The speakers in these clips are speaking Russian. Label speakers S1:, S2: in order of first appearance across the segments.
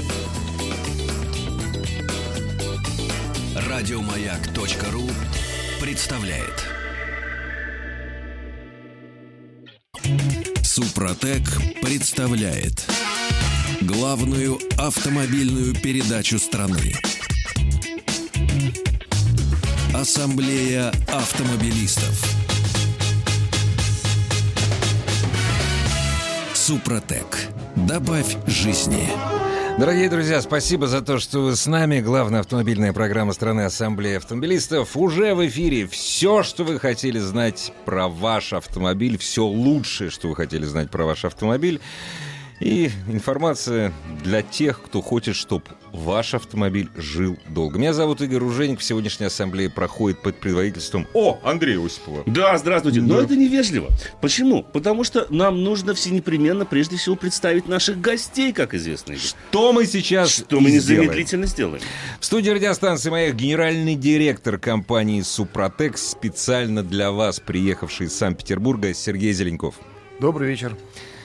S1: Радиомаяк.ру представляет. Супротек представляет главную автомобильную передачу страны. Ассамблея автомобилистов. Супротек. Добавь жизни.
S2: Дорогие друзья, спасибо за то, что вы с нами. Главная автомобильная программа страны Ассамблея автомобилистов уже в эфире. Все, что вы хотели знать про ваш автомобиль, все лучшее, что вы хотели знать про ваш автомобиль. И информация для тех, кто хочет, чтобы ваш автомобиль жил долго. Меня зовут Игорь Ружеников. Сегодняшняя ассамблея проходит под предводительством Андрея Осипова.
S3: Да, здравствуйте. Но это невежливо. Почему? Потому что нам нужно всенепременно, прежде всего, представить наших гостей, как известно.
S2: Что мы сейчас
S3: Что мы незамедлительно сделаем.
S2: В студии радиостанции «Маяк» генеральный директор компании «Супротек», специально для вас приехавший из Санкт-Петербурга, Сергей Зеленков.
S4: Добрый вечер.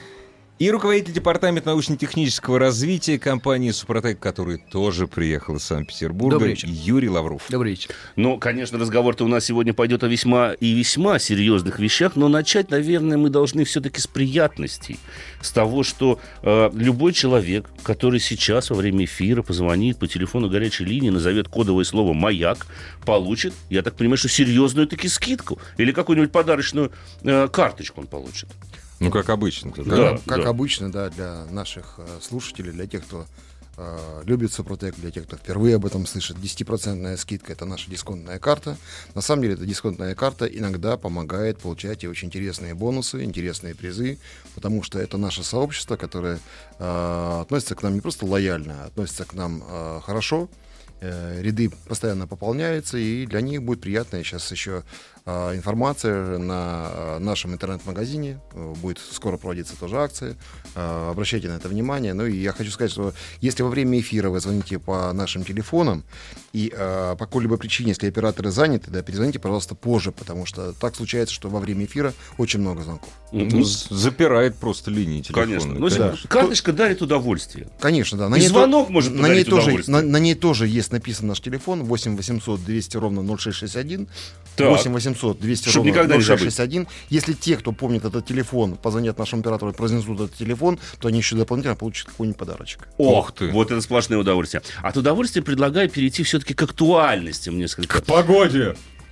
S2: И руководитель департамента научно-технического развития компании «Супротек», который тоже приехал из Санкт-Петербурга, Юрий Лавров.
S4: Добрый вечер.
S3: Ну, конечно, разговор-то у нас сегодня пойдет о весьма и весьма серьезных вещах, но начать, наверное, мы должны все-таки с приятностей. С того, что любой человек, который сейчас во время эфира позвонит по телефону горячей линии, назовет кодовое слово «Маяк», получит, я так понимаю, что серьезную таки скидку или какую-нибудь подарочную карточку он получит.
S2: Ну, как обычно.
S4: Как обычно, да, для наших слушателей, для тех, кто любит Супротек, для тех, кто впервые об этом слышит, 10% скидка — это наша дисконтная карта. На самом деле, эта дисконтная карта иногда помогает получать и очень интересные бонусы, интересные призы, потому что это наше сообщество, которое относится к нам не просто лояльно, а относится к нам хорошо. Ряды постоянно пополняются, и для них будет приятная сейчас еще информация на нашем интернет-магазине. Будет скоро проводиться тоже акция. Обращайте на это внимание. Ну и я хочу сказать, что если во время эфира вы звоните по нашим телефонам и по какой-либо причине, если операторы заняты, да, перезвоните, пожалуйста, позже, потому что так случается, что во время эфира очень много звонков.
S2: Запирает просто линии телефона.
S3: Конечно. Ну, да. Карточка дарит удовольствие.
S4: Конечно, да.
S3: И звонок может подарить удовольствие.
S4: На ней тоже есть написан наш телефон 8 800 200 ровно 0661.
S3: Так.
S4: 8 800 200
S3: Чтоб
S4: ровно
S3: никогда не
S4: 0661. Если те, кто помнит этот телефон, позвонят нашему оператору и произнесут этот телефон, то они еще дополнительно получат какой-нибудь подарочек.
S3: Ох ты! Вот это сплошное удовольствие. От удовольствия предлагаю перейти все-таки к актуальностям несколько.
S2: К погоде!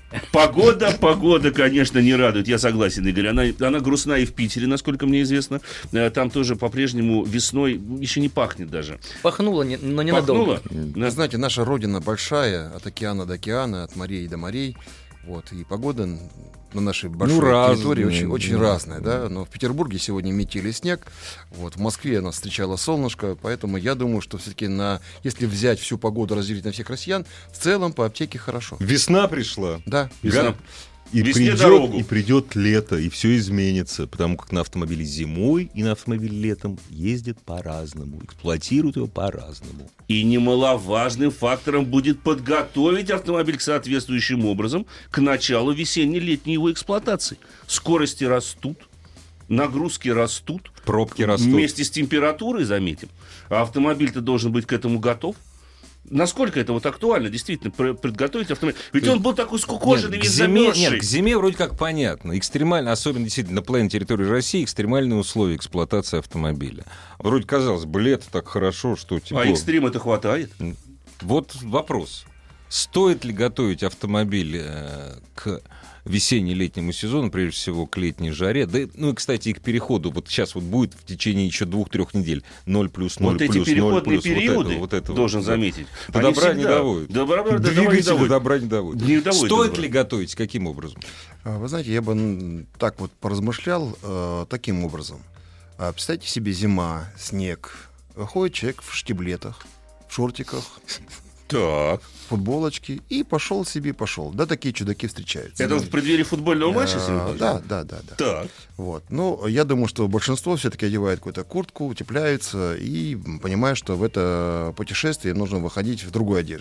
S3: Погода, конечно, не радует, я согласен, Игорь. Она грустна и в Питере, насколько мне известно. Там тоже по-прежнему весной еще не пахнет даже.
S5: Пахнуло, но ненадолго.
S4: Вы знаете, наша родина большая, от океана до океана, от морей до морей. Вот, и погода на нашей большой территории очень разная, да. Но в Петербурге сегодня метель и снег. Вот, в Москве нас встречало солнышко, поэтому я думаю, что все-таки если взять всю погоду, разделить на всех россиян, в целом по аптеке хорошо.
S2: Весна пришла.
S4: Да.
S2: И придет лето, и все изменится, потому как на автомобиле зимой и на автомобиле летом ездят по-разному, эксплуатируют его по-разному.
S3: И немаловажным фактором будет подготовить автомобиль к соответствующим образом к началу весенне-летней его эксплуатации. Скорости растут, нагрузки растут,
S2: пробки растут.
S3: Вместе с температурой, заметим. А автомобиль-то должен быть к этому готов. Насколько это вот актуально, действительно, подготовить автомобиль? Ведь он был такой скукоженный, весь замерзший.
S2: Нет, к зиме вроде как понятно. Экстремально, особенно действительно на половине территории России, экстремальные условия эксплуатации автомобиля. Вроде казалось бы, лето так хорошо, что тепло.
S3: А экстрема-то хватает?
S2: Вот вопрос. Стоит ли готовить автомобиль к весенне-летнему сезону, прежде всего к летней жаре, да, ну и, кстати, и к переходу, вот сейчас вот будет в течение еще 2-3 недель 0+, 0+,
S3: вот эти переходные периоды,
S2: вот это
S3: должен заметить,
S2: до добра не доводят. Двигатель до добра не доводит. Стоит ли готовить? Каким образом?
S4: Вы знаете, я бы так вот поразмышлял таким образом. Представьте себе зима, снег, ходит человек в штиблетах, в шортиках,
S3: так,
S4: футболочки, и пошел. Да, такие чудаки встречаются.
S3: Это в преддверии футбольного матча сегодня?
S4: Да.
S3: Так.
S4: Вот. Ну, я думаю, что большинство все-таки одевает какую-то куртку, утепляются и понимают, что в это путешествие нужно выходить в другой одежде.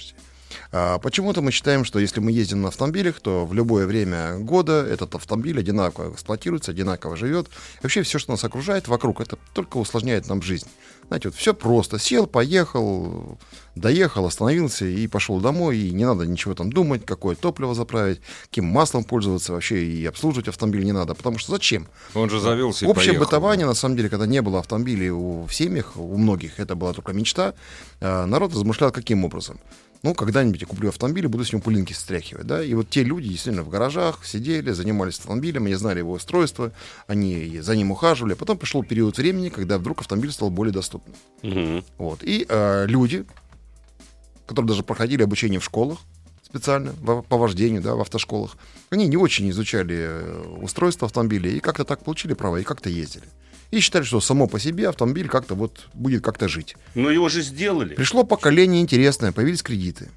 S4: Почему-то мы считаем, что если мы ездим на автомобилях, то в любое время года этот автомобиль одинаково эксплуатируется, одинаково живет. И вообще все, что нас окружает вокруг, это только усложняет нам жизнь. Знаете, вот все просто. Сел, поехал, доехал, остановился и пошел домой. И не надо ничего там думать, какое топливо заправить, каким маслом пользоваться вообще. И обслуживать автомобиль не надо. Потому что зачем?
S2: Он же завелся и
S4: Общее
S2: поехал.
S4: бытование, на самом деле, когда не было автомобилей в семьях, у многих это была только мечта, народ размышлял каким образом. Ну, когда-нибудь я куплю автомобиль и буду с него пылинки стряхивать, да, и вот те люди действительно в гаражах сидели, занимались автомобилем, они знали его устройство, они за ним ухаживали, а потом пришел период времени, когда вдруг автомобиль стал более доступным. Вот. И люди, которые даже проходили обучение в школах специально, по вождению, да, в автошколах, они не очень изучали устройство автомобиля и как-то так получили права, и как-то ездили. И считали, что само по себе автомобиль как-то вот будет как-то жить.
S3: Но его же сделали.
S4: Пришло поколение интересное, появились кредиты.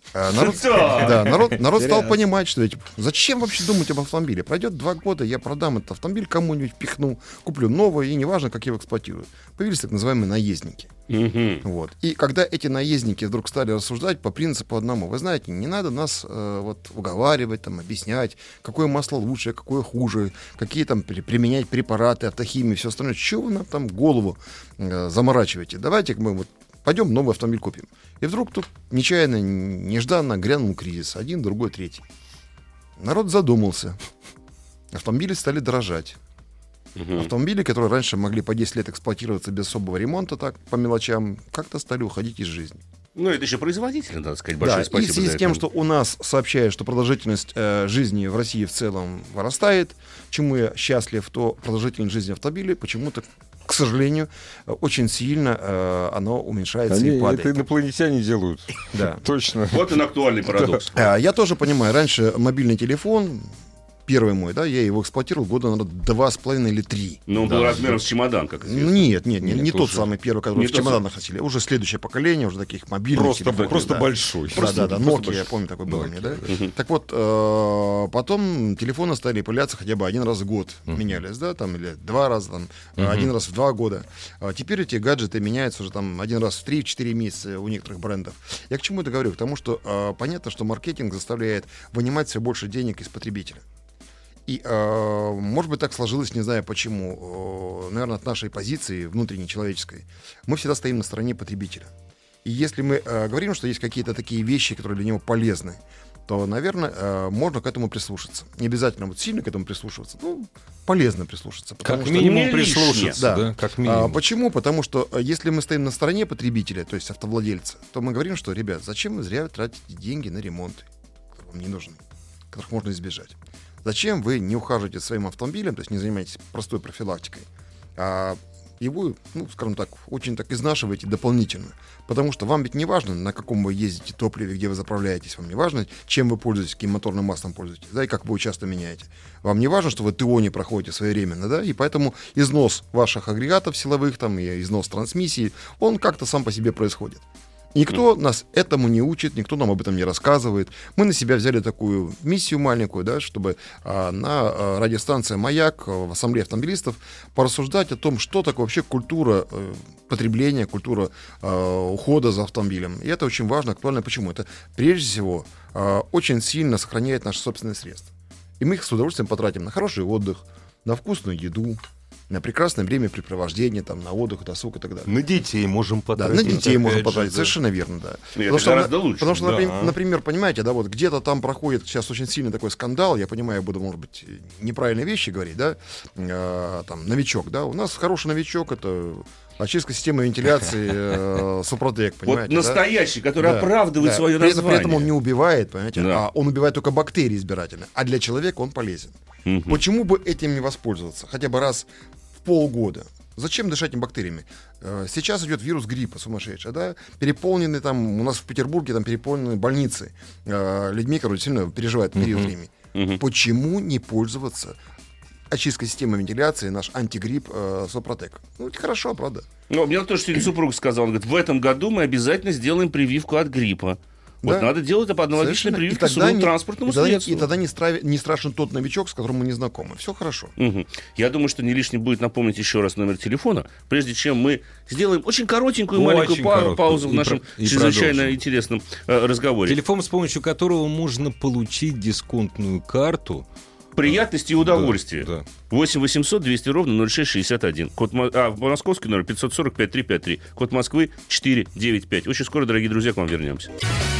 S4: Народ стал понимать, что ведь зачем вообще думать об автомобиле? Пройдет 2 года, я продам этот автомобиль кому-нибудь, пихну, куплю новый, и неважно, как я его эксплуатирую. Появились так называемые наездники. Вот. И когда эти наездники вдруг стали рассуждать по принципу одному, вы знаете, не надо нас уговаривать, там, объяснять, какое масло лучше, какое хуже, какие там применять препараты, автохимию, все остальное. Чего вы нам там голову заморачиваете? Давайте мы вот пойдем новый автомобиль купим. И вдруг тут нечаянно, нежданно грянул кризис. Один, другой, третий. Народ задумался. Автомобили стали дорожать. Автомобили, которые раньше могли по 10 лет эксплуатироваться без особого ремонта, так, по мелочам, как-то стали уходить из жизни.
S3: Ну, это еще производитель, надо сказать. Большое
S4: Да,
S3: спасибо.
S4: и в связи с тем, что у нас сообщают, что продолжительность жизни в России в целом вырастает, чему я счастлив, то продолжительность жизни автомобилей почему-то, к сожалению, очень сильно оно уменьшается и падает.
S2: Это инопланетяне делают.
S4: Да.
S2: Точно.
S3: Вот он актуальный парадокс.
S4: Я тоже понимаю, раньше мобильный телефон, первый мой, да, я его эксплуатировал года, наверное, 2,5 или 3.
S3: Но он был размером с чемодан, как известно.
S4: Нет, не тот самый первый, который в чемоданах носили. Уже следующее поколение, уже таких мобильных телефонов.
S2: Просто большой.
S4: Да, Nokia, я помню, такой был у меня, да. Так вот, потом телефоны стали появляться хотя бы один раз в год. Менялись, да, там, или 2 раза, там, 1 раз в 2 года. Теперь эти гаджеты меняются уже там 1 раз в 3-4 месяца у некоторых брендов. Я к чему это говорю? К тому, что понятно, что маркетинг заставляет вынимать все больше денег из потребителя. И, может быть, так сложилось, не знаю почему, наверное, от нашей позиции внутренней человеческой. Мы всегда стоим на стороне потребителя. И если мы говорим, что есть какие-то такие вещи, которые для него полезны, то, наверное, можно к этому прислушаться. Не обязательно вот сильно к этому прислушиваться, но полезно прислушаться.
S2: Как минимум прислушаться.
S4: Да.
S2: Как минимум.
S4: Почему? Потому что если мы стоим на стороне потребителя, то есть автовладельца, то мы говорим, что, ребят, зачем вы зря тратите деньги на ремонты, которые вам не нужны, которых можно избежать. Зачем вы не ухаживаете своим автомобилем, то есть не занимаетесь простой профилактикой, а его, ну, скажем так, очень так изнашиваете дополнительно. Потому что вам ведь не важно, на каком вы ездите топливе, где вы заправляетесь, вам не важно, чем вы пользуетесь, каким моторным маслом пользуетесь, да, и как вы его часто меняете. Вам не важно, что вы ТО не проходите своевременно, да, и поэтому износ ваших агрегатов силовых, там, и износ трансмиссии, он как-то сам по себе происходит. Никто нас этому не учит, никто нам об этом не рассказывает. Мы на себя взяли такую миссию маленькую, да, чтобы на радиостанции «Маяк» в Ассамблее автомобилистов порассуждать о том, что такое вообще культура потребления, культура ухода за автомобилем. И это очень важно, актуально. Почему? Это, прежде всего, очень сильно сохраняет наши собственные средства. И мы их с удовольствием потратим на хороший отдых, на вкусную еду, на прекрасное времяпрепровождение, там, на отдых, досуг и так далее.
S2: На детей можем потратить.
S4: Да, на детей можем потратить, совершенно верно, да.
S3: Это гораздо лучше.
S4: Потому что, например, понимаете, да, вот где-то там проходит сейчас очень сильный такой скандал, я понимаю, я буду, может быть, неправильные вещи говорить, да, там, новичок, да, у нас хороший новичок, это очистка системы вентиляции Супротек, понимаете,
S3: вот настоящий, да? Который оправдывает свое название.
S4: При этом он не убивает, понимаете, а он убивает только бактерии избирательно, а для человека он полезен. Почему бы этим не воспользоваться? Хотя бы раз в полгода. Зачем дышать этими бактериями? Сейчас идет вирус гриппа сумасшедший, да? Переполнены там, у нас в Петербурге там переполнены больницы людьми, которые сильно переживают период времени. Почему не пользоваться очисткой системы вентиляции, наш антигрипп Супротек? Ну, это хорошо, правда?
S3: Ну, мне тоже сегодня супруг сказал, он говорит, в этом году мы обязательно сделаем прививку от гриппа. Вот надо делать аналогичные прививки к транспортному средству.
S4: И тогда не страшен тот новичок, с которым мы не знакомы. Все хорошо.
S3: Я думаю, что не лишним будет напомнить еще раз номер телефона, прежде чем мы сделаем очень коротенькую маленькую паузу в нашем чрезвычайно интересном разговоре.
S2: Телефон, с помощью которого можно получить дисконтную карту.
S3: Приятности и удовольствия. Да. 8 800 200 ровно 0661. Московский номер 540-5353. Код Москвы 495. Очень скоро, дорогие друзья, к вам вернемся.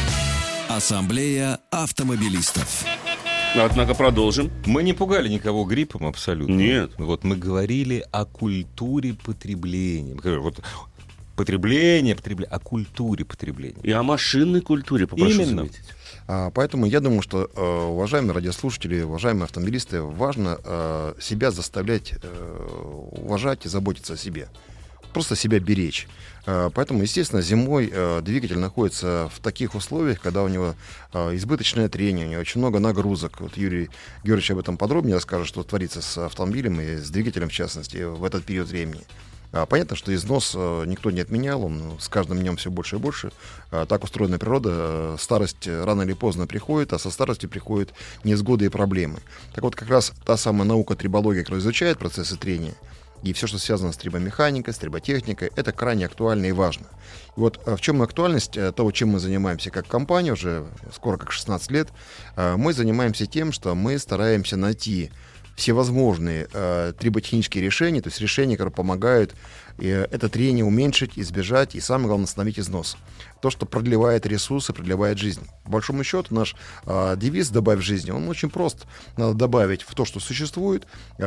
S1: Ассамблея автомобилистов.
S3: Однако продолжим.
S2: Мы не пугали никого гриппом абсолютно.
S3: Нет.
S2: Вот мы говорили о культуре потребления. Вот потребление, о культуре потребления.
S3: И о машинной культуре, попрошу заметить.
S4: Поэтому я думаю, что, уважаемые радиослушатели, уважаемые автомобилисты, важно себя заставлять уважать и заботиться о себе. Просто себя беречь. Поэтому, естественно, зимой двигатель находится в таких условиях, когда у него избыточное трение, у него очень много нагрузок. Вот Юрий Георгиевич об этом подробнее расскажет, что творится с автомобилем и с двигателем, в частности, в этот период времени. Понятно, что износ никто не отменял, он с каждым днем все больше и больше. Так устроена природа, старость рано или поздно приходит, а со старостью приходят невзгоды и проблемы. Так вот, как раз та самая наука трибология, которая изучает процессы трения, и все, что связано с трибомеханикой, с триботехникой, это крайне актуально и важно. И вот в чем актуальность того, чем мы занимаемся как компания, уже скоро как 16 лет, мы занимаемся тем, что мы стараемся найти всевозможные триботехнические решения, то есть решения, которые помогают это трение уменьшить, избежать и, самое главное, остановить износ. То, что продлевает ресурсы, продлевает жизнь. По большому счету, наш девиз «Добавь жизни», он очень прост. Надо добавить в то, что существует,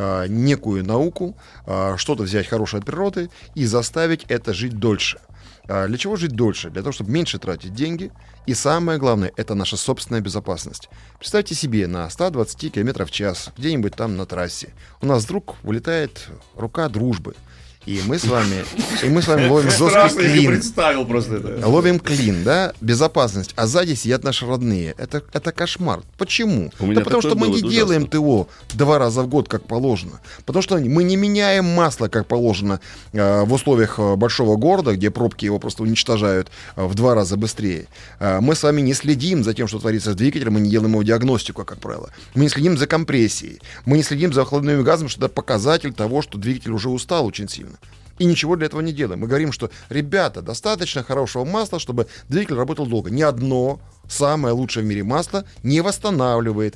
S4: некую науку, что-то взять хорошее от природы и заставить это жить дольше. Для чего жить дольше? Для того, чтобы меньше тратить деньги. И самое главное, это наша собственная безопасность. Представьте себе, на 120 км в час, где-нибудь там на трассе, у нас вдруг вылетает рука дружбы. И мы с вами ловим жесткий клин.
S3: Представил просто это.
S4: Ловим клин, да, безопасность. А сзади сидят наши родные. Это кошмар. Почему? Да потому что мы не делаем ТО 2 раза в год, как положено. Потому что мы не меняем масло, как положено, в условиях большого города, где пробки его просто уничтожают в 2 раза быстрее. Мы с вами не следим за тем, что творится с двигателем, мы не делаем его диагностику, как правило. Мы не следим за компрессией. Мы не следим за охлаждаемыми газами, что это показатель того, что двигатель уже устал очень сильно. И ничего для этого не делаем. Мы говорим, что, ребята, достаточно хорошего масла, чтобы двигатель работал долго. Ни одно самое лучшее в мире масло не восстанавливает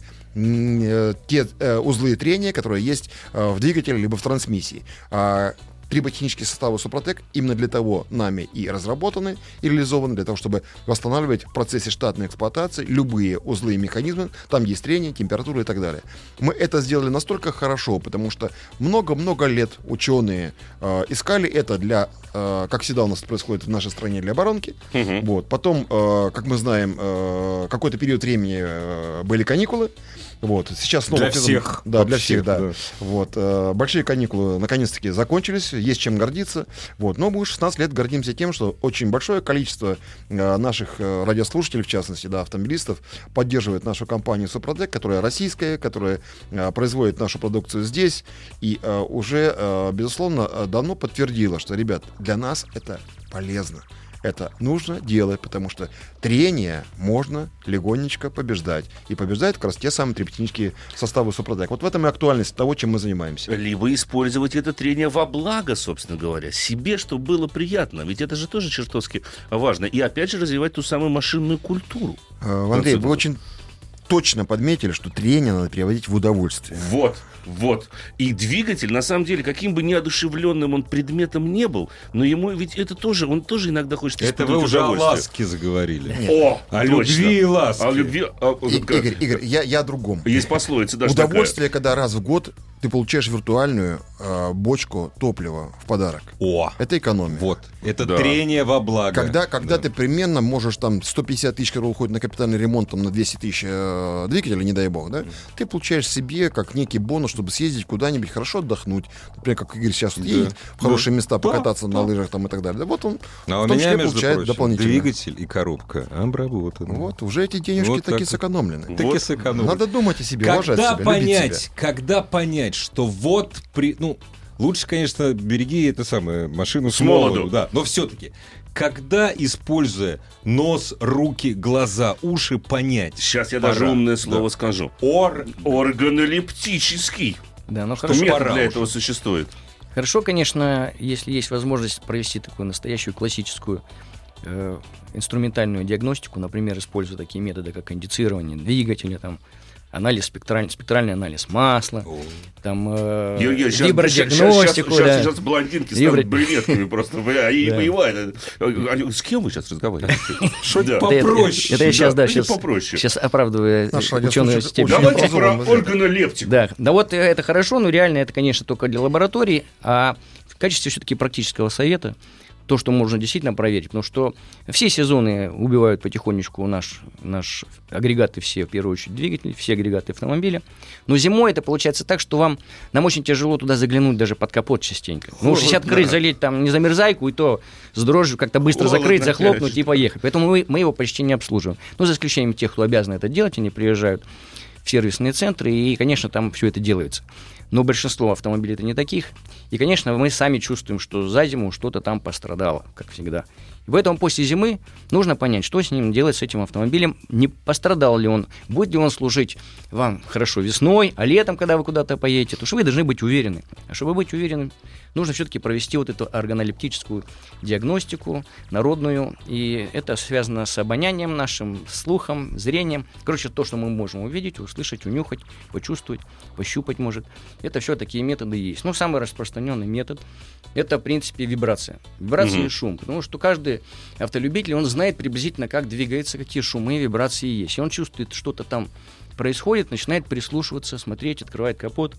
S4: те узлы трения, которые есть в двигателе либо в трансмиссии. Триботехнические составы Супротек именно для того нами и разработаны, и реализованы, для того, чтобы восстанавливать в процессе штатной эксплуатации любые узлы и механизмы, там есть трение, температура и так далее. Мы это сделали настолько хорошо, потому что много-много лет ученые искали это для, как всегда у нас происходит в нашей стране, для оборонки. Вот. Потом, как мы знаем, какой-то период времени были каникулы. Вот. Сейчас снова
S2: для всех.
S4: Да, для всех, да. Вот. Большие каникулы наконец-таки закончились, есть чем гордиться. Вот. Но мы уже 16 лет гордимся тем, что очень большое количество наших радиослушателей, в частности, да, автомобилистов, поддерживает нашу компанию Супротек, которая российская, которая производит нашу продукцию здесь. И уже, безусловно, давно подтвердила, что, ребят, для нас это полезно. Это нужно делать, потому что трение можно легонечко побеждать. И побеждают как раз те самые триботехнические составы Супротек. Вот в этом и актуальность того, чем мы занимаемся.
S3: Либо использовать это трение во благо, собственно говоря, себе, чтобы было приятно. Ведь это же тоже чертовски важно. И опять же развивать ту самую машинную культуру.
S4: Андрей, вы очень точно подметили, что трение надо переводить в удовольствие.
S3: Вот. И двигатель, на самом деле, каким бы неодушевленным он предметом не был, но ему ведь это тоже, он тоже иногда хочет испытывать удовольствие.
S2: Это вы уже о ласке заговорили.
S3: О,
S2: любви и ласке.
S3: О любви.
S4: Игорь, я о другом.
S3: Есть пословица даже
S4: удовольствие,
S3: такая.
S4: Когда раз в год ты получаешь виртуальную бочку топлива в подарок. Это экономия.
S2: Вот. Это трение во благо.
S4: Когда ты примерно можешь там 150 тысяч, которые уходят на капитальный ремонт, там, на 200 тысяч двигателя, не дай бог, да, ты получаешь себе как некий бонус, чтобы съездить куда-нибудь, хорошо отдохнуть. Например, как Игорь сейчас едет в хорошие места, покататься на лыжах там, и так далее. Да, вот он
S2: в том числе получает дополнительно. Двигатель и коробка обработаны.
S4: Вот, уже эти денежки вот таки сэкономлены.
S2: Таки сэкономлены.
S4: Надо думать о себе, уважать себя, любить себя.
S2: Когда понять, что лучше, конечно, береги машину с молоду, да, но все-таки когда, используя нос, руки, глаза, уши, понять?
S3: Сейчас я даже умное слово скажу. Органолептический.
S5: Да, ну
S3: Что
S5: хорошо.
S3: метод для этого существует.
S5: Хорошо, конечно, если есть возможность провести такую настоящую классическую инструментальную диагностику, например, используя такие методы, как кондицирование двигателя, там, анализ, спектральный анализ масла, там, вибродиагностику.
S3: Сейчас блондинки станут брюнетками просто. И воевают. С кем вы сейчас разговариваете?
S2: Что-то попроще.
S5: Это я сейчас оправдываю ученую степень.
S3: Давайте про органолептику.
S5: Да, вот это хорошо, но реально это, конечно, только для лаборатории, а в качестве все-таки практического совета то, что можно действительно проверить, потому что все сезоны убивают потихонечку наш агрегаты все, в первую очередь двигатели, все агрегаты автомобиля, но зимой это получается так, что нам очень тяжело туда заглянуть даже под капот частенько. Ну, уж если открыть, залить там незамерзайку, и то с дрожжью как-то быстро закрыть, захлопнуть и поехать. Поэтому мы его почти не обслуживаем. Ну, за исключением тех, кто обязан это делать, они приезжают в сервисные центры, и, конечно, там все это делается. Но большинство автомобилей это не таких. И, конечно, мы сами чувствуем, что за зиму что-то там пострадало, как всегда. И поэтому после зимы нужно понять, что с ним делать, с этим автомобилем. Не пострадал ли он, будет ли он служить вам хорошо весной, а летом, когда вы куда-то поедете. Потому что вы должны быть уверены. А чтобы быть уверенным, нужно все-таки провести вот эту органолептическую диагностику народную. И это связано с обонянием нашим, слухом, зрением. Короче, то, что мы можем увидеть, услышать, унюхать, почувствовать, пощупать, может. Это все такие методы есть. Ну, самый распространенный метод – это, в принципе, вибрация. Вибрация и шум. Потому что каждый автолюбитель, он знает приблизительно, как двигается, какие шумы и вибрации есть. И он чувствует, что-то там происходит, начинает прислушиваться, смотреть, открывает капот.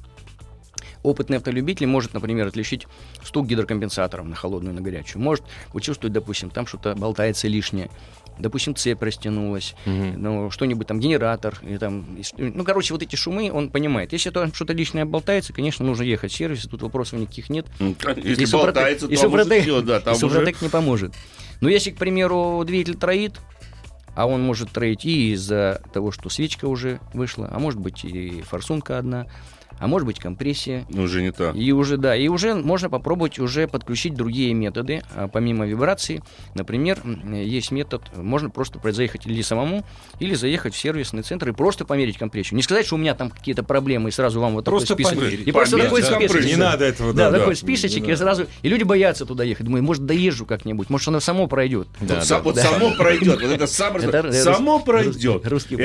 S5: Опытный автолюбитель может, например, отличить стук гидрокомпенсаторов на холодную и на горячую. Может почувствовать, допустим, там что-то болтается лишнее. Допустим, цепь растянулась, ну, что-нибудь там, генератор. И там, ну, короче, вот эти шумы он понимает. Если там что-то лишнее болтается, конечно, нужно ехать в сервис, тут вопросов никаких нет.
S3: Если болтается, то
S5: Супротек не поможет. Но если, к примеру, двигатель троит, а он может троить и из-за того, что свечка уже вышла, а может быть и форсунка одна, а может быть компрессия.
S3: Уже не так.
S5: И уже можно попробовать уже подключить другие методы, помимо вибрации. Например, есть метод, можно просто заехать или самому, или заехать в сервисный центр и просто померить компрессию. Не сказать, что у меня там какие-то проблемы, и сразу вам вот
S2: просто
S5: такой список.
S2: Померить.
S5: И просто такой списочек.
S2: Не надо этого.
S5: Такой списочек, и сразу... И люди боятся туда ехать. Думаю, может, доезжу как-нибудь, может, оно само пройдет.
S3: Само пройдет. Вот это само пройдет.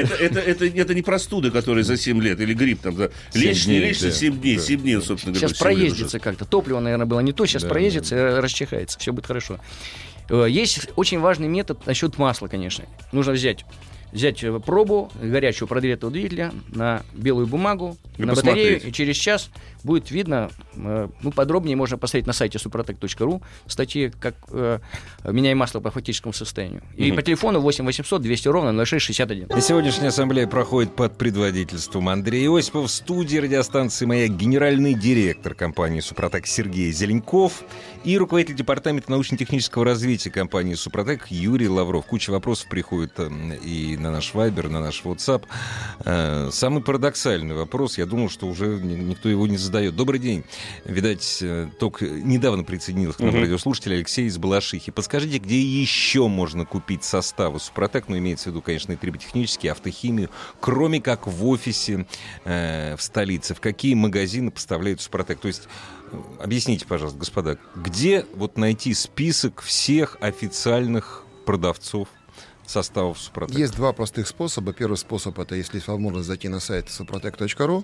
S3: Это не простуда, которая за 7 лет, или грипп там. Лишний 7 дней, собственно говоря.
S5: Сейчас проездится как-то. Топливо, наверное, было не то, сейчас проездится и расчихается. Все будет хорошо. Есть очень важный метод насчет масла, конечно. Нужно взять пробу горячего прогретого двигателя на белую бумагу, на батарею, и через час будет видно, подробнее можно посмотреть на сайте suprotec.ru статьи, как меняем масло по фактическому состоянию. И по телефону 8 800 200 ровно 0661.
S2: И сегодняшняя ассамблея проходит под предводительством Андрея Осипова. В студии радиостанции «Маяк» генеральный директор компании «Супротек» Сергей Зеленков и руководитель департамента научно-технического развития компании «Супротек» Юрий Лавров. Куча вопросов приходит и на наш Вайбер, на наш WhatsApp. Самый парадоксальный вопрос, я думал, что уже никто его не задает. Добрый день. Видать, только недавно присоединился к нам радиослушатель Алексей из Балашихи. Подскажите, где еще можно купить составы «Супротек», ну, имеется в виду, конечно, и триботехнические, автохимию, кроме как в офисе в столице? В какие магазины поставляют «Супротек»? То есть, объясните, пожалуйста, господа, где вот найти список всех официальных продавцов составов «Супротек»?
S4: Есть два простых способа. Первый способ — это, если есть возможность, зайти на сайт suprotec.ru.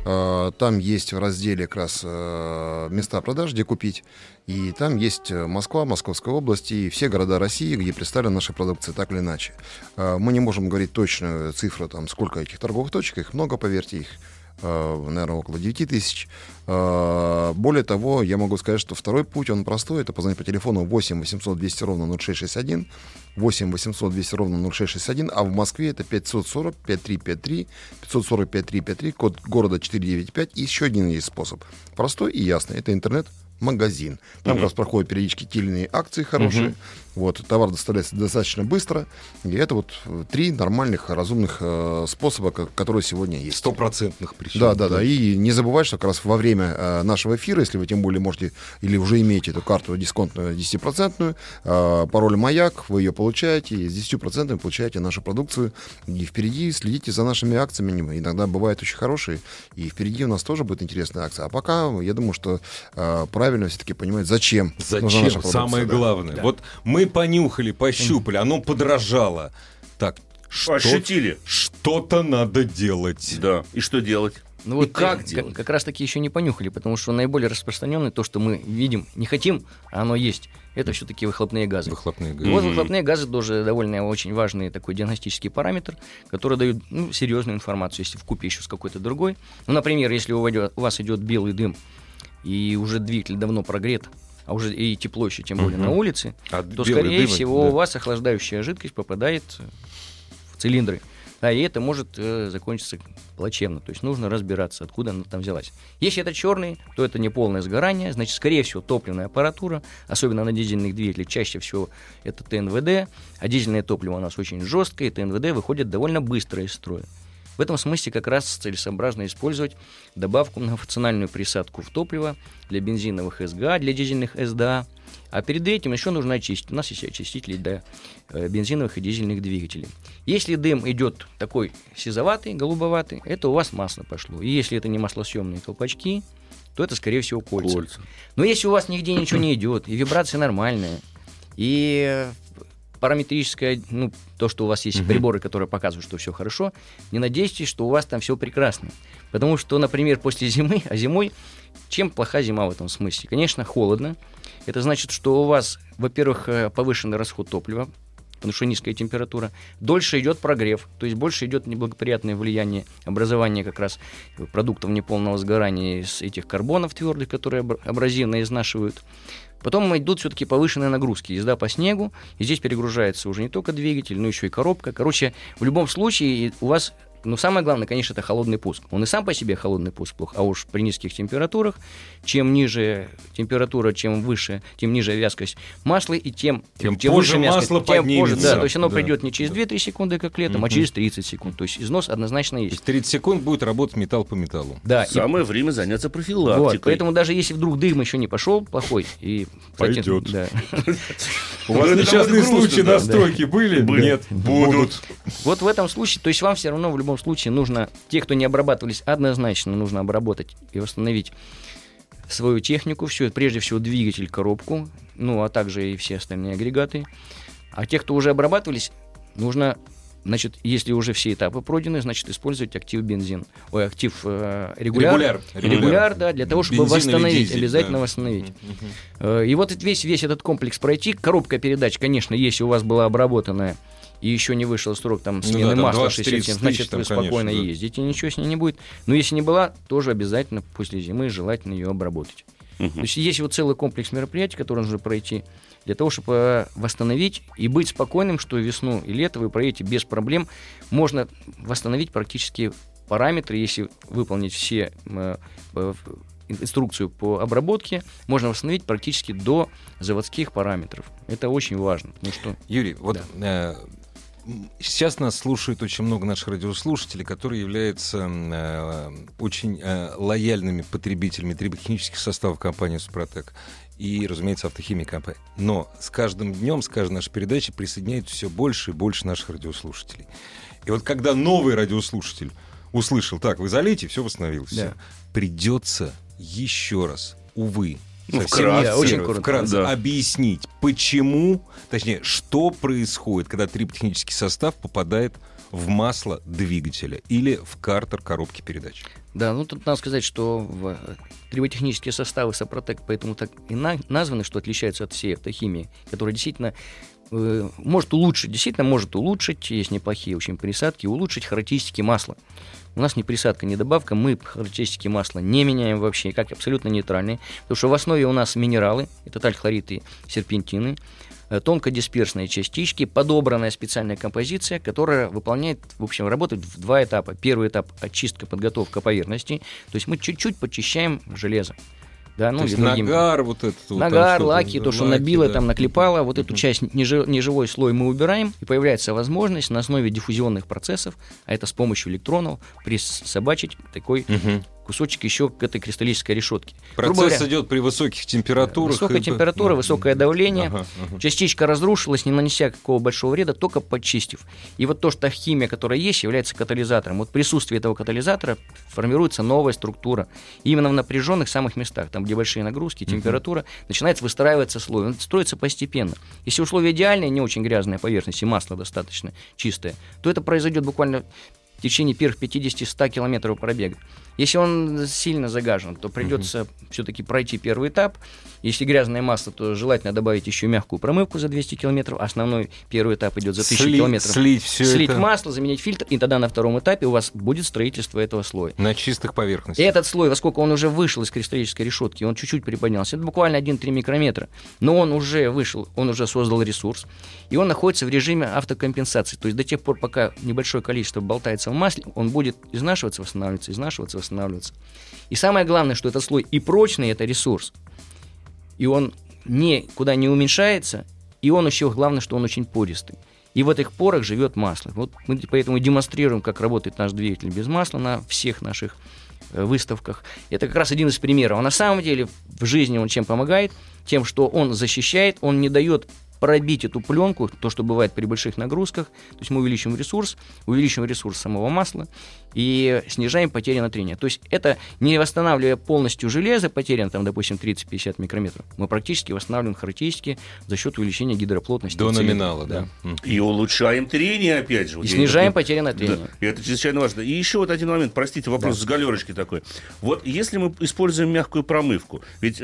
S4: Там есть в разделе как раз места продаж, где купить. И там есть Москва, Московская область и все города России, где представлена наша продукция, так или иначе. Мы не можем говорить точную цифру, там, сколько этих торговых точек. Их много, поверьте, их, наверное, около 9 тысяч. Более того, я могу сказать, что второй путь, он простой. Это позвонить по телефону 8 800 200 ровно 0661, 8 800 200 ровно 0661, а в Москве это 540 5353, 540 5353, код города 495. И еще один есть способ. Простой и ясный. Это интернет-магазин. Там как раз проходят периодически те или иные акции хорошие. Вот, товар доставляется достаточно быстро, и это вот 3 нормальных, разумных способа, которые сегодня есть.
S2: 100% причем.
S4: Да. И не забывайте, что как раз во время нашего эфира, если вы тем более можете или уже имеете эту карту дисконтную 10%, пароль «Маяк», вы ее получаете, и с 10% получаете нашу продукцию. И впереди следите за нашими акциями. Иногда бывают очень хорошие, и впереди у нас тоже будет интересная акция. А пока, я думаю, что правильно все-таки понимать, зачем нужна наша продукция.
S2: Самое главное. Да. Вот мы понюхали, пощупали, оно подорожало. Так,
S3: ощутили.
S2: Что-то надо делать.
S3: Да. И что делать?
S5: Ну вот как раз таки еще не понюхали, потому что наиболее распространенное то, что мы видим, не хотим, а оно есть. Это все-таки выхлопные газы. И вот выхлопные газы тоже довольно очень важный такой диагностический параметр, который дает серьезную информацию, если вкупе еще с какой-то другой. Ну, например, если у вас идет белый дым, и уже двигатель давно прогрет, а уже и тепло еще, тем более на улице, то, скорее всего, у вас охлаждающая жидкость попадает в цилиндры. Да, и это может закончиться плачевно. То есть нужно разбираться, откуда она там взялась. Если это черный, то это не полное сгорание. Значит, скорее всего, топливная аппаратура, особенно на дизельных двигателях, чаще всего это ТНВД. А дизельное топливо у нас очень жесткое, и ТНВД выходит довольно быстро из строя. В этом смысле как раз целесообразно использовать добавку многофункциональную присадку в топливо для бензиновых СГА, для дизельных СДА. А перед этим еще нужно очистить. У нас есть очистители для бензиновых и дизельных двигателей. Если дым идет такой сизоватый, голубоватый, это у вас масло пошло. И если это не маслосъемные колпачки, то это, скорее всего, кольца. Но если у вас нигде ничего не идет, и вибрация нормальная, и параметрическое, то, что у вас есть приборы, которые показывают, что все хорошо, не надейтесь, что у вас там все прекрасно. Потому что, например, после зимы, а зимой, чем плоха зима в этом смысле? Конечно, холодно. Это значит, что у вас, во-первых, повышенный расход топлива, потому что низкая температура, дольше идет прогрев, то есть больше идет неблагоприятное влияние образования как раз продуктов неполного сгорания из этих карбонов твердых, которые абразивно изнашивают. Потом идут все-таки повышенные нагрузки, езда по снегу, и здесь перегружается уже не только двигатель, но еще и коробка. Короче, в любом случае у вас, самое главное, конечно, это холодный пуск. Он и сам по себе холодный пуск плох, а уж при низких температурах, чем ниже температура, чем выше, тем ниже вязкость масла, и тем
S2: позже масло поднимется.
S5: Да, то есть оно придет не через 2-3 секунды, как летом, а через 30 секунд. То есть износ однозначно есть.
S2: 30 секунд будет работать металл по металлу.
S5: Да,
S3: самое время заняться профилактикой.
S5: Вот, поэтому даже если вдруг дым еще не пошел плохой, и
S2: пойдет.
S5: Да.
S2: У вас несчастные случаи на стройке были? Нет, будут.
S5: Вот в этом случае, то есть вам все равно в любом случае нужно, те, кто не обрабатывались, однозначно нужно обработать и восстановить свою технику, все, прежде всего двигатель, коробку, а также и все остальные агрегаты. А тех, кто уже обрабатывались, нужно, значит, если уже все этапы пройдены, значит, использовать актив регуляр, да, для того, чтобы
S2: бензин
S5: восстановить, обязательно восстановить. И вот весь этот комплекс пройти, коробка передач, конечно, если у вас была обработанная и еще не вышел срок смены масла 67, значит, вы спокойно ездите, ничего с ней не будет. Но если не была, тоже обязательно после зимы желательно ее обработать. То есть есть целый комплекс мероприятий, которые нужно пройти для того, чтобы восстановить и быть спокойным, что весну и лето вы проедете без проблем. Можно восстановить практически параметры, если выполнить все инструкцию по обработке, можно восстановить практически до заводских параметров. Это очень важно.
S2: Юрий, сейчас нас слушает очень много наших радиослушателей, которые являются очень лояльными потребителями триботехнических составов компании «Супротек» и, разумеется, автохимии компании. Но с каждым днем, с каждой нашей передачей присоединяется все больше и больше наших радиослушателей. И вот когда новый радиослушатель услышал, так, вы залейте, все восстановилось, все, придется еще раз, увы, вкратце объяснить, почему, точнее, что происходит, когда триботехнический состав попадает в масло двигателя или в картер коробки передач.
S5: Да, тут надо сказать, что триботехнические составы Супротек поэтому так и названы, что отличаются от всей автохимии, которая действительно может улучшить, есть неплохие очень присадки, улучшить характеристики масла. У нас ни присадка, ни добавка, мы характеристики масла не меняем вообще, как абсолютно нейтральные, потому что в основе у нас минералы, это тальк-хлорид и серпентины, тонкодисперсные частички, подобранная специальная композиция, которая выполняет, в общем, работает в 2 этапа. Первый этап — очистка, подготовка поверхности, то есть мы чуть-чуть подчищаем железо. Да, ну,
S2: то есть нагар, вот этот вот.
S5: Нагар, лаки, то, что набило,
S2: да.
S5: там наклепало, вот эту часть, неживой слой мы убираем, и появляется возможность на основе диффузионных процессов, а это с помощью электронов, присобачить такой кусочек еще к этой кристаллической решетке.
S2: Процесс идет при высоких температурах.
S5: Высокая температура, высокое давление. Частичка разрушилась, не нанеся какого большого вреда, только почистив. И вот то, что химия, которая есть, является катализатором. Вот в присутствии этого катализатора формируется новая структура. И именно в напряженных самых местах, там, где большие нагрузки, температура, начинает выстраиваться слой. Он строится постепенно. Если условия идеальные, не очень грязная поверхность, и масло достаточно чистое, то это произойдет буквально в течение первых 50-100 километров пробега. Если он сильно загажен, то придется все-таки пройти первый этап. Если грязное масло, то желательно добавить еще мягкую промывку за 200 километров. Основной первый этап идет за 1000 километров. Слить масло, заменить фильтр, и тогда на втором этапе у вас будет строительство этого слоя.
S2: На чистых поверхностях.
S5: И этот слой, поскольку он уже вышел из кристаллической решетки, он чуть-чуть приподнялся, это буквально 1-3 микрометра, но он уже вышел, он уже создал ресурс, и он находится в режиме автокомпенсации. То есть до тех пор, пока небольшое количество болтается в масле, он будет изнашиваться, восстанавливаться. И самое главное, что этот слой и прочный, это ресурс, и он никуда не уменьшается, и он еще, главное, что он очень пористый. И в этих порах живет масло. Вот мы поэтому демонстрируем, как работает наш двигатель без масла на всех наших выставках. Это как раз один из примеров. А на самом деле в жизни он чем помогает? Тем, что он защищает, он не дает пробить эту пленку, то, что бывает при больших нагрузках. То есть мы увеличим ресурс самого масла и снижаем потери на трение. То есть это не восстанавливая полностью железо, потеряно там, допустим, 30-50 микрометров, мы практически восстанавливаем характеристики за счет увеличения гидроплотности.
S2: До номинала, да.
S3: И улучшаем трение, опять же.
S5: И снижаем потери на трение.
S3: Да. И это чрезвычайно важно. И еще вот один момент, простите, вопрос с галерочки такой. Вот если мы используем мягкую промывку, ведь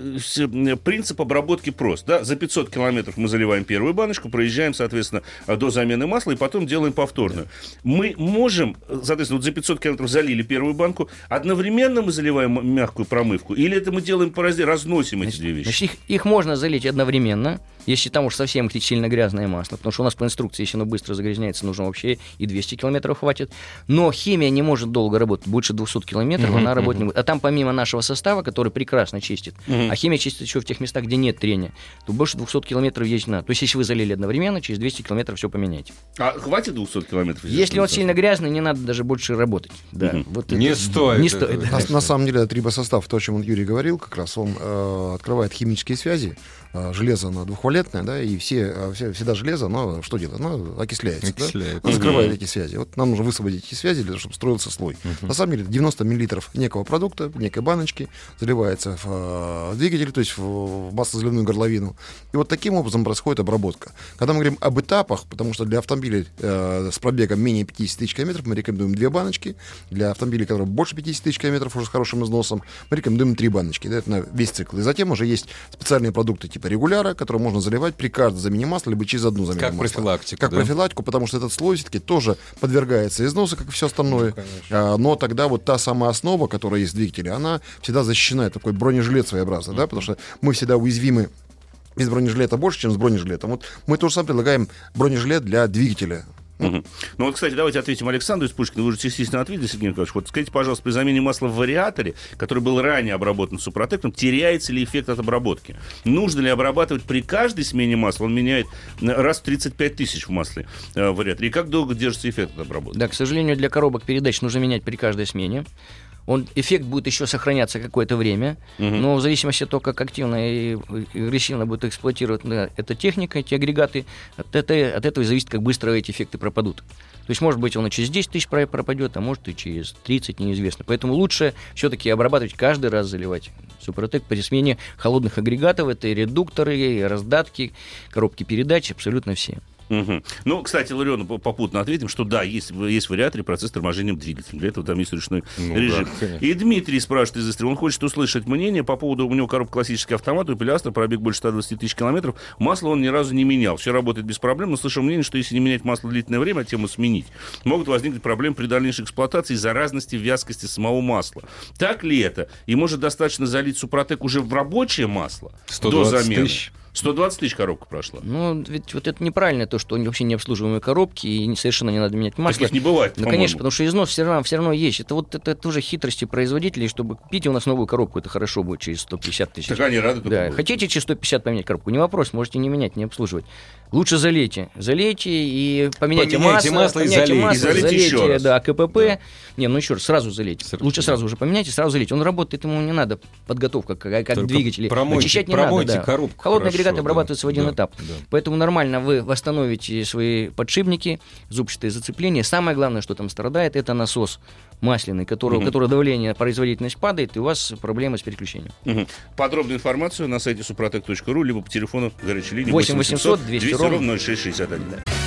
S3: принцип обработки прост, да, за 500 километров мы заливаем первую баночку, проезжаем, соответственно, до замены масла и потом делаем повторную. Мы можем, соответственно, вот за 500 километров залили первую банку, одновременно мы заливаем мягкую промывку, или это мы делаем по разносим, разносим эти две вещи?
S5: Значит, их можно залить одновременно, если там уж совсем сильно грязное масло, потому что у нас по инструкции, если оно быстро загрязняется, нужно вообще и 200 километров хватит. Но химия не может долго работать, больше 200 километров она работать не будет. А там помимо нашего состава, который прекрасно чистит, а химия чистит еще в тех местах, где нет трения, то больше 200 километров есть надо. То есть если вы залили одновременно, через 200 километров все поменяете.
S3: А хватит 200 километров?
S5: Если он сильно грязный, не надо даже больше работать. Да, вот
S2: не стоит.
S5: Не стоит.
S4: На самом деле, трибосостав, то, о чем Юрий говорил, как раз он открывает химические связи. Железо, оно двухвалентное, да, и всегда железо, оно что делает? Оно окисляется. Да? Оно закрывает эти связи. Вот нам нужно высвободить эти связи, для того, чтобы строился слой. На самом деле 90 миллилитров некого продукта, некой баночки заливается в двигатель, то есть в маслозаливную горловину. И вот таким образом происходит обработка. Когда мы говорим об этапах, потому что для автомобилей с пробегом менее 50 тысяч километров мы рекомендуем 2 баночки. Для автомобилей, которые больше 50 тысяч километров, уже с хорошим износом, мы рекомендуем 3 баночки. Да, это на весь цикл. И затем уже есть специальные продукты типа регуляра, которые можно заливать при каждой замене масла, либо через одну замену масла.
S2: Профилактика.
S4: Как профилактику, потому что этот слой все-таки тоже подвергается износу, как и все остальное. Но тогда вот та самая основа, которая есть в двигателе, она всегда защищена. Это такой бронежилет своеобразный, да, потому что мы всегда уязвимы без бронежилета больше, чем с бронежилетом. Вот мы тоже сам предлагаем бронежилет для двигателя.
S3: Ну вот, кстати, давайте ответим Александру из Пушкина. Вы уже частично ответили, Сергей Николаевич. Вот скажите, пожалуйста, при замене масла в вариаторе, который был ранее обработан супротектором, теряется ли эффект от обработки? Нужно ли обрабатывать при каждой смене масла? Он меняет раз в 35 тысяч в масле в вариаторе. И как долго держится эффект от обработки?
S5: Да, к сожалению, для коробок передач нужно менять при каждой смене. Эффект будет еще сохраняться какое-то время, но в зависимости от того, как активно и агрессивно будет эксплуатировать эта техника, эти агрегаты, от этого зависит, как быстро эти эффекты пропадут. То есть, может быть, он и через 10 тысяч пропадет, а может и через 30, неизвестно. Поэтому лучше все-таки обрабатывать каждый раз, заливать Супротек при смене холодных агрегатов. Это и редукторы, и раздатки, коробки передач, абсолютно все.
S3: Ну, кстати, Лариону попутно ответим, что да, есть в вариаторе процесс торможения двигателя. Для этого там есть ручной режим. Да, и Дмитрий спрашивает из Истры, он хочет услышать мнение по поводу, у него коробка классический автомат, у Пилястра, пробег больше 120 тысяч километров, масло он ни разу не менял, все работает без проблем, но слышал мнение, что если не менять масло длительное время, а тему сменить, могут возникнуть проблемы при дальнейшей эксплуатации из-за разности в вязкости самого масла. Так ли это? И может достаточно залить Супротек уже в рабочее масло до замены?
S2: Тысяч.
S3: 120 тысяч коробка прошла.
S5: Ну, ведь вот это неправильно, то, что вообще необслуживаемые коробки, и совершенно не надо менять масло.
S3: Таких не бывает,
S5: Ну, конечно, потому что износ все равно есть. Это тоже хитрости производителей, чтобы купить у нас новую коробку, это хорошо будет через 150 тысяч.
S3: Так они рады только
S5: Да.
S3: будут.
S5: Хотите через 150 поменять коробку? Не вопрос, можете не менять, не обслуживать. Лучше залейте и поменяйте
S2: Поменяйте
S5: масло,
S2: масло и
S5: поменяйте
S2: залейте.
S5: масло,
S3: И залейте еще раз.
S5: да, КПП. Не, ну еще раз, сразу залейте.
S2: Сразу.
S5: Лучше сразу уже поменяйте, сразу залейте. Он работает, ему не надо подготовка, как
S2: Только
S5: двигатели.
S2: промойте-
S5: Очищать не
S2: промойте
S5: надо, да.
S2: коробку
S5: Холодный
S2: хорошо,
S5: агрегат
S2: да.
S5: обрабатывается в один
S2: Да,
S5: этап.
S2: да.
S5: Поэтому нормально вы восстановите свои подшипники, зубчатые зацепления. Самое главное, что там страдает, это насос масляный, у которого давление, производительность падает, и у вас проблемы с переключением.
S3: Мгм. Подробную информацию на сайте suprotec.ru, либо по телефону горячей линии
S5: 8 800 200 ровно
S3: 0661.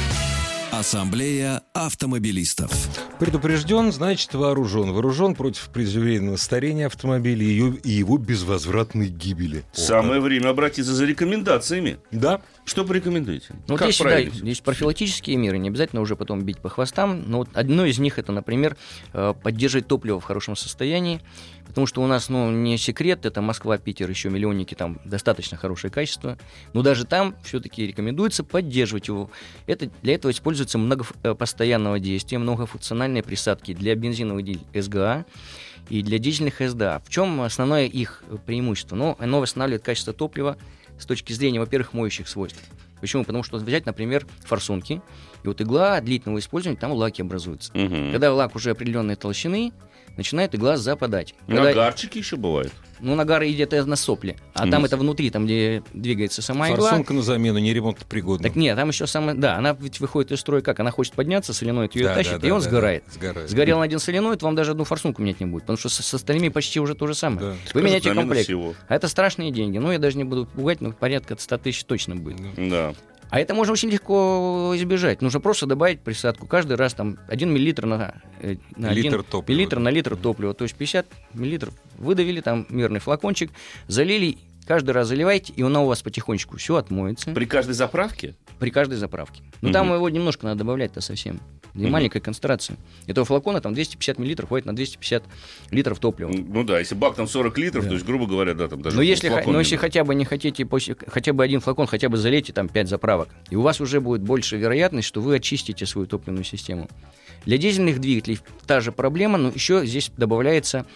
S1: Ассамблея автомобилистов.
S2: Предупрежден, значит вооружен. Вооружен против преждевременного старения автомобиля и его безвозвратной гибели.
S3: Самое время обратиться за рекомендациями.
S2: Да.
S3: Что порекомендуете?
S5: Ну, вот
S3: Как
S5: есть, да,
S3: правильно?
S5: есть профилактические меры, не обязательно уже потом бить по хвостам, но вот одно из них это, например, поддерживать топливо в хорошем состоянии, потому что у нас, не секрет, это Москва, Питер, еще миллионники, там достаточно хорошее качество, но даже там все-таки рекомендуется поддерживать его. Для этого используются постоянного действия, многофункциональные присадки для бензиновых двигателей СГА и для дизельных СДА. В чем основное их преимущество? Оно восстанавливает качество топлива с точки зрения, во-первых, моющих свойств. Почему? Потому что взять, например, форсунки, и вот игла длительного использования, там лаки образуются.
S3: Мгм.
S5: Когда лак уже определенной толщины, начинает игла западать.
S3: Нагарчики еще бывают.
S5: Нагар идет на сопле, а там это внутри, там, где двигается сама игла.
S2: Форсунка на замену, не ремонтопригодна.
S5: Так нет, там еще самое... Да, она ведь выходит из строя как? Она хочет подняться, соленоид ее
S2: Да,
S5: тащит,
S2: да,
S5: и он
S2: да,
S5: сгорает.
S2: да, сгорает.
S5: Сгорел один соленоид, вам даже одну форсунку менять не будет, потому что с остальными почти уже то же самое.
S2: Да.
S5: Вы
S3: Скажут,
S5: меняете
S3: замена
S5: комплект.
S3: всего.
S5: А это страшные деньги. Я даже не буду пугать, но порядка 100 тысяч точно будет.
S3: Да.
S5: А это можно очень легко избежать. Нужно просто добавить присадку. Каждый раз там 1 миллилитр на
S2: Литр топлива,
S5: миллилитр
S2: да.
S5: на литр топлива. То есть 50 миллилитров выдавили, там мерный флакончик, залили, каждый раз заливаете, и оно у вас потихонечку все отмоется
S3: При каждой заправке?
S5: при каждой заправке. Но там его немножко надо добавлять-то совсем. И маленькая концентрация. Этого флакона там 250 миллилитров хватит на 250 литров топлива.
S3: Ну да, если бак там 40 литров,
S5: Да.
S3: то есть, грубо говоря, да, там даже
S5: Но если
S3: флакон не
S5: хотя бы не хотите, хотя бы один флакон, хотя бы залейте там 5 заправок, и у вас уже будет больше вероятность, что вы очистите свою топливную систему. Для дизельных двигателей та же проблема, но еще здесь добавляется,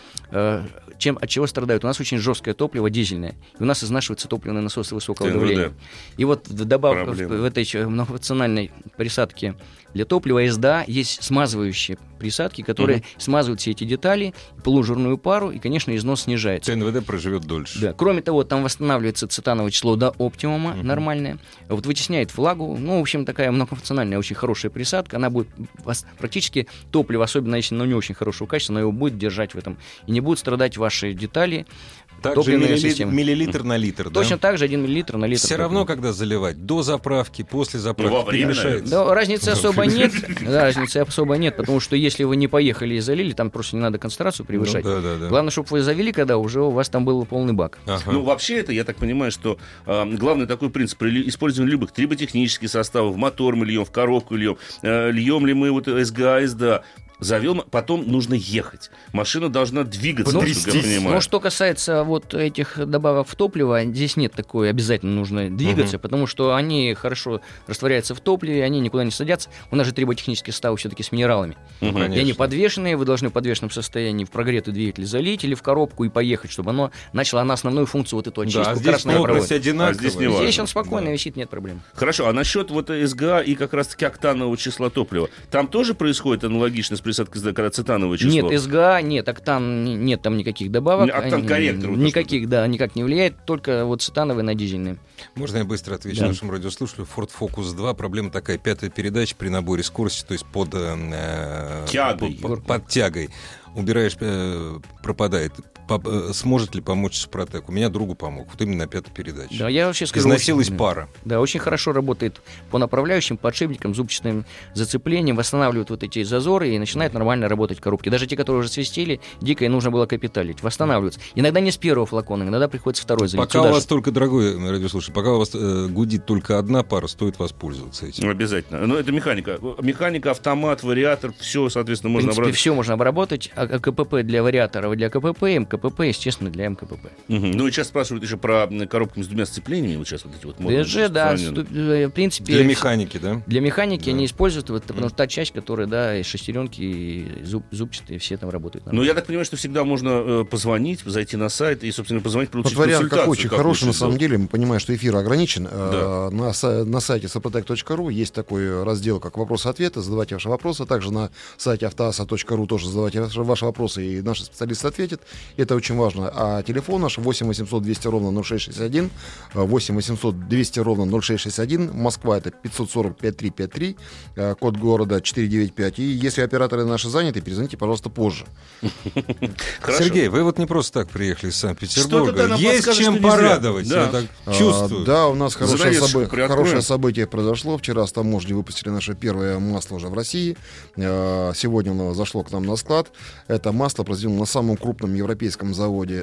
S5: от чего страдают. У нас очень жесткое топливо дизельное, и у нас изнашиваются топливные насосы высокого
S3: ТНВД.
S5: давления. И вот вдобавок
S3: Проблема.
S5: в этой многофункциональной присадке для топлива СДА есть смазывающие присадки, которые смазывают все эти детали, полужирную пару, и, конечно, износ снижается.
S2: ТНВД проживет дольше.
S5: Да. Кроме того, там восстанавливается цетановое число до оптимума, нормальное. Вот вытесняет влагу. В общем, такая многофункциональная, очень хорошая присадка. Она будет практически топливо, особенно если оно не очень хорошего качества, она его будет держать в этом. И не будут страдать ваши детали.
S2: Также
S5: Топливная система.
S2: миллилитр на литр, да?
S5: Точно так же 1 миллилитр на литр.
S2: Все равно, когда заливать, до заправки, после заправки,
S3: во время,
S2: перемешается.
S5: Да, разницы особо нет. Да, разницы особо нет, потому что если вы не поехали и залили, там просто не надо концентрацию превышать.
S2: Ну, да.
S5: Главное, чтобы вы завели, когда уже у вас там был полный бак.
S2: Ага.
S3: Ну, вообще это, я так понимаю, что главный такой принцип при использовании любых триботехнических составов, в мотор мы льем, в коробку льем, льем ли мы вот СГА, СДА, завел, потом нужно ехать. Машина должна двигаться, насколько я понимаю.
S5: Но что касается вот этих добавок в топливо, здесь нет такой, обязательно нужно двигаться, потому что они хорошо растворяются в топливе, они никуда не садятся. У нас же триботехнические составы все-таки с минералами. И они
S2: конечно.
S5: подвешенные, вы должны в подвешенном состоянии в прогретый двигатель залить или в коробку и поехать, чтобы оно начало на основную функцию вот эту очистку.
S2: Да, а
S5: как
S2: здесь
S5: раз она и
S2: плотность
S5: проводит.
S2: одинаковая.
S3: А здесь не важно.
S5: Здесь он спокойно висит, нет проблем.
S3: Хорошо, а насчет вот СГА и как раз-таки октанового числа топлива, там тоже происходит аналогично с присадкой СДА, когда цетановое число?
S5: Нет, СГА, нет, октан, нет там никаких добавок.
S3: Октан-корректор, вот
S5: Никаких, да, никак не влияет, только вот цетановые на дизельные.
S2: Можно я быстро отвечу
S5: Да.
S2: нашему радиослушателю? Ford Focus 2, проблема такая, 5-я передача при наборе скорости, то есть под
S3: Тягой.
S2: под тягой. Убираешь, пропадает. Сможет ли помочь Супротек? У меня другу помог. Вот именно на 5-й передаче.
S5: Да, я вообще скажу,
S2: Износилась
S5: очень-
S2: пара.
S5: Да, очень хорошо работает по направляющим, подшипникам, зубчатым зацеплениям, восстанавливает вот эти зазоры и начинает нормально работать коробки. Даже те, которые уже свистели, дико и нужно было капиталить, восстанавливаются. Иногда не с первого флакона, иногда приходится второй залить.
S2: Пока
S5: Сюда
S2: у
S5: же.
S2: вас только, дорогой радиослушатель, пока у вас гудит только одна пара, стоит воспользоваться этим.
S3: Ну, обязательно. Но это механика. Механика, автомат, вариатор, все, соответственно,
S5: В
S3: можно
S5: принципе,
S3: обработать.
S5: все можно обработать. А КПП для вариаторов и для КПП, МКПП КПП, естественно, для МКПП.
S3: Ну и сейчас спрашивают еще про коробками с двумя сцеплениями. Вот сейчас вот эти вот модные,
S5: ДСЖ, да,
S3: распространенные.
S5: в принципе...
S2: Для механики, да?
S5: Для механики
S2: Да.
S5: они используют, потому что та часть, которая, да, и шестеренки, и зубчатые, все там работают.
S3: Ну, я так понимаю, что всегда можно позвонить, зайти на сайт и, собственно, позвонить, получить
S4: Вот вариант
S3: консультацию.
S4: какой очень
S3: как
S4: хороший, на
S3: лучше
S4: самом
S3: сделать.
S4: деле. Мы понимаем, что эфир ограничен.
S3: Да.
S4: На сайте sопроtec.ru есть такой раздел, как вопросы-ответы. Задавайте ваши вопросы. Также на сайте автоаса.ру тоже задавайте ваши вопросы, и наши специалисты ответят. Это очень важно. А телефон наш 8 800 200 ровно 0661, 8 800 200 ровно 0661. Москва — это 540 5353, код города 495. И если операторы наши заняты, перезвоните, пожалуйста, позже.
S3: Хорошо.
S2: Сергей, вы вот не просто так приехали из
S3: Что-то
S2: Санкт-Петербурга.
S3: нам
S2: Есть
S3: подсказывает,
S2: чем
S3: что не зря.
S2: порадовать,
S3: Да.
S2: я так чувствую.
S4: Да, у нас
S3: Занавесочку приоткроем.
S4: хорошее событие произошло. Вчера с таможни выпустили наше первое масло уже в России. Сегодня оно зашло к нам на склад. Это масло произведено на самом крупном европейском заводе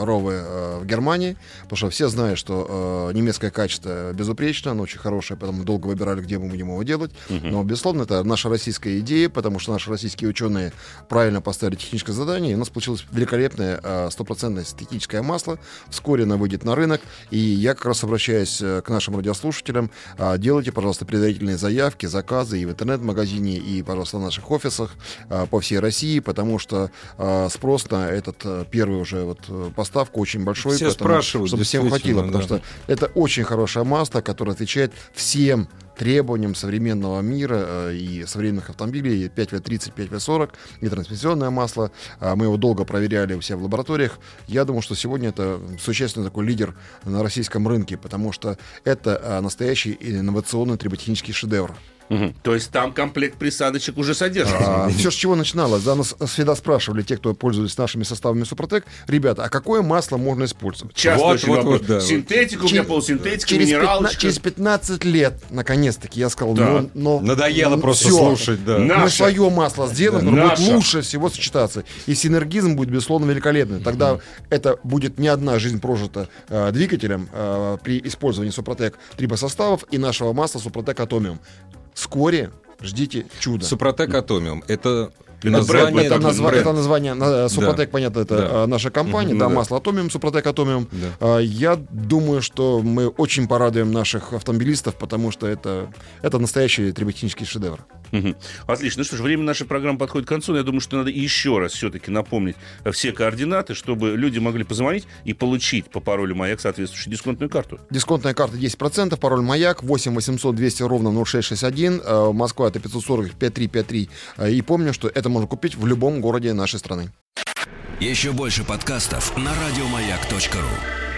S4: Рове в Германии. Потому что все знают, что немецкое качество безупречно, оно очень хорошее, поэтому долго выбирали, где мы будем его делать. Но, безусловно, это наша российская идея, потому что наши российские ученые правильно поставили техническое задание, и у нас получилось великолепное стопроцентное синтетическое масло. Вскоре оно выйдет на рынок, и я как раз обращаюсь к нашим радиослушателям. Делайте, пожалуйста, предварительные заявки, заказы и в интернет-магазине, и, пожалуйста, в наших офисах по всей России, потому что спрос на этот первый уже поставку очень большой.
S2: Все
S4: поэтому,
S2: спрашивают,
S4: чтобы всем хватило,
S2: действительно,
S4: потому что это очень хорошее масло, которое отвечает всем требованиям современного мира и современных автомобилей. 5В30, 5В40 и трансмиссионное масло. Мы его долго проверяли у себя в лабораториях. Я думаю, что сегодня это существенный такой лидер на российском рынке, потому что это настоящий инновационный триботехнический шедевр.
S3: То есть там комплект присадочек уже содержится.
S4: Все, с чего начиналось? Да, нас всегда спрашивали те, кто пользовались нашими составами Супротек: ребята, а какое масло можно использовать?
S3: Часто
S2: Вот,
S3: очень
S2: вот,
S3: вопрос.
S2: вот, да, вот.
S3: Синтетика, у меня полусинтетика,
S4: Через
S3: минералочка.
S4: 15 лет, наконец-таки, я сказал,
S3: Да.
S2: Надоело просто
S4: всё.
S2: слушать, да.
S3: На-
S4: Мы
S3: Наше.
S4: свое масло сделаем,
S3: Да.
S4: оно будет
S3: Наше.
S4: лучше всего сочетаться. И синергизм будет, безусловно, великолепный. Тогда это будет не одна жизнь прожита двигателем при использовании Супротек трибосоставов и нашего масла Супротек Атомиум. Вскоре ждите чуда.
S2: Супротек Атомиум. Это
S3: бренд,
S2: название...
S3: это
S4: Это название Супротек, понятно, это
S2: Да.
S4: наша компания,
S2: Мгм,
S4: да,
S2: ну да.
S4: масло Атомиум, Супротек Атомиум.
S2: Да.
S4: Я думаю, что мы очень порадуем наших автомобилистов, потому что это настоящий триботехнический шедевр.
S3: Отлично. Ну что ж, время нашей программы подходит к концу. Но я думаю, что надо еще раз все-таки напомнить все координаты, чтобы люди могли позвонить и получить по паролю «Маяк» соответствующую дисконтную карту.
S4: Дисконтная карта 10%, пароль «Маяк», 8 800 200 ровно 0661, Москва — это 540 5353. И помню, что это можно купить в любом городе нашей страны.
S1: Еще больше подкастов на радиомаяк.ру.